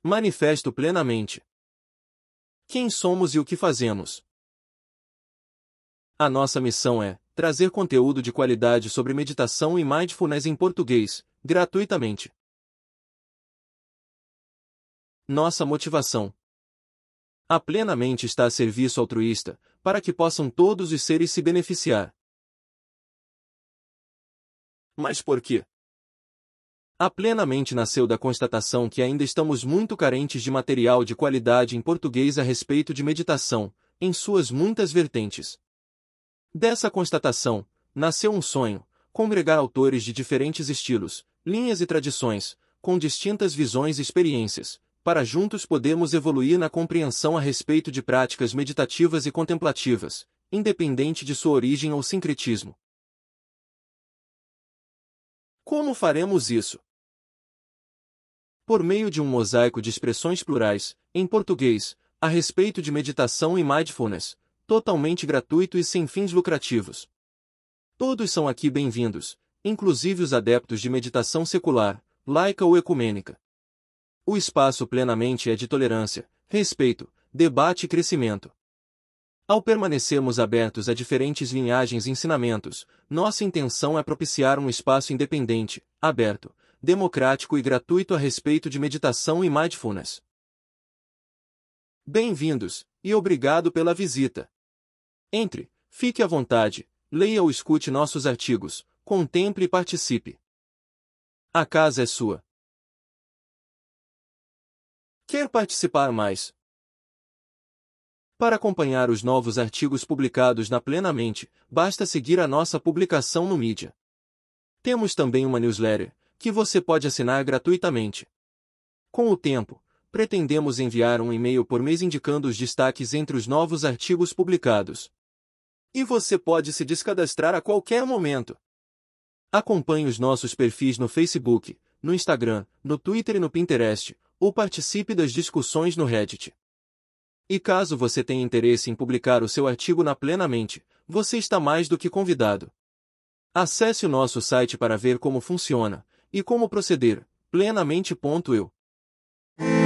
Manifesto plenamente. Quem somos e o que fazemos? A nossa missão é trazer conteúdo de qualidade sobre meditação e mindfulness em português, gratuitamente. Nossa motivação. A Plenamente está a serviço altruísta, para que possam todos os seres se beneficiar. Mas por quê? A Plenamente nasceu da constatação que ainda estamos muito carentes de material de qualidade em português a respeito de meditação, em suas muitas vertentes. Dessa constatação, nasceu um sonho: congregar autores de diferentes estilos, linhas e tradições, com distintas visões e experiências, para juntos podermos evoluir na compreensão a respeito de práticas meditativas e contemplativas, independente de sua origem ou sincretismo. Como faremos isso? Por meio de um mosaico de expressões plurais, em português, a respeito de meditação e mindfulness, totalmente gratuito e sem fins lucrativos. Todos são aqui bem-vindos, inclusive os adeptos de meditação secular, laica ou ecumênica. O espaço plenamente é de tolerância, respeito, debate e crescimento. Ao permanecermos abertos a diferentes linhagens e ensinamentos, nossa intenção é propiciar um espaço independente, aberto, democrático e gratuito a respeito de meditação e mindfulness. Bem-vindos, e obrigado pela visita. Entre, fique à vontade, leia ou escute nossos artigos, contemple e participe. A casa é sua. Quer participar mais? Para acompanhar os novos artigos publicados na Plenamente, basta seguir a nossa publicação no Mídia. Temos também uma newsletter, que você pode assinar gratuitamente. Com o tempo, pretendemos enviar um e-mail por mês indicando os destaques entre os novos artigos publicados. E você pode se descadastrar a qualquer momento. Acompanhe os nossos perfis no Facebook, no Instagram, no Twitter e no Pinterest, ou participe das discussões no Reddit. E caso você tenha interesse em publicar o seu artigo na Plenamente, você está mais do que convidado. Acesse o nosso site para ver como funciona e como proceder, plenamente.eu.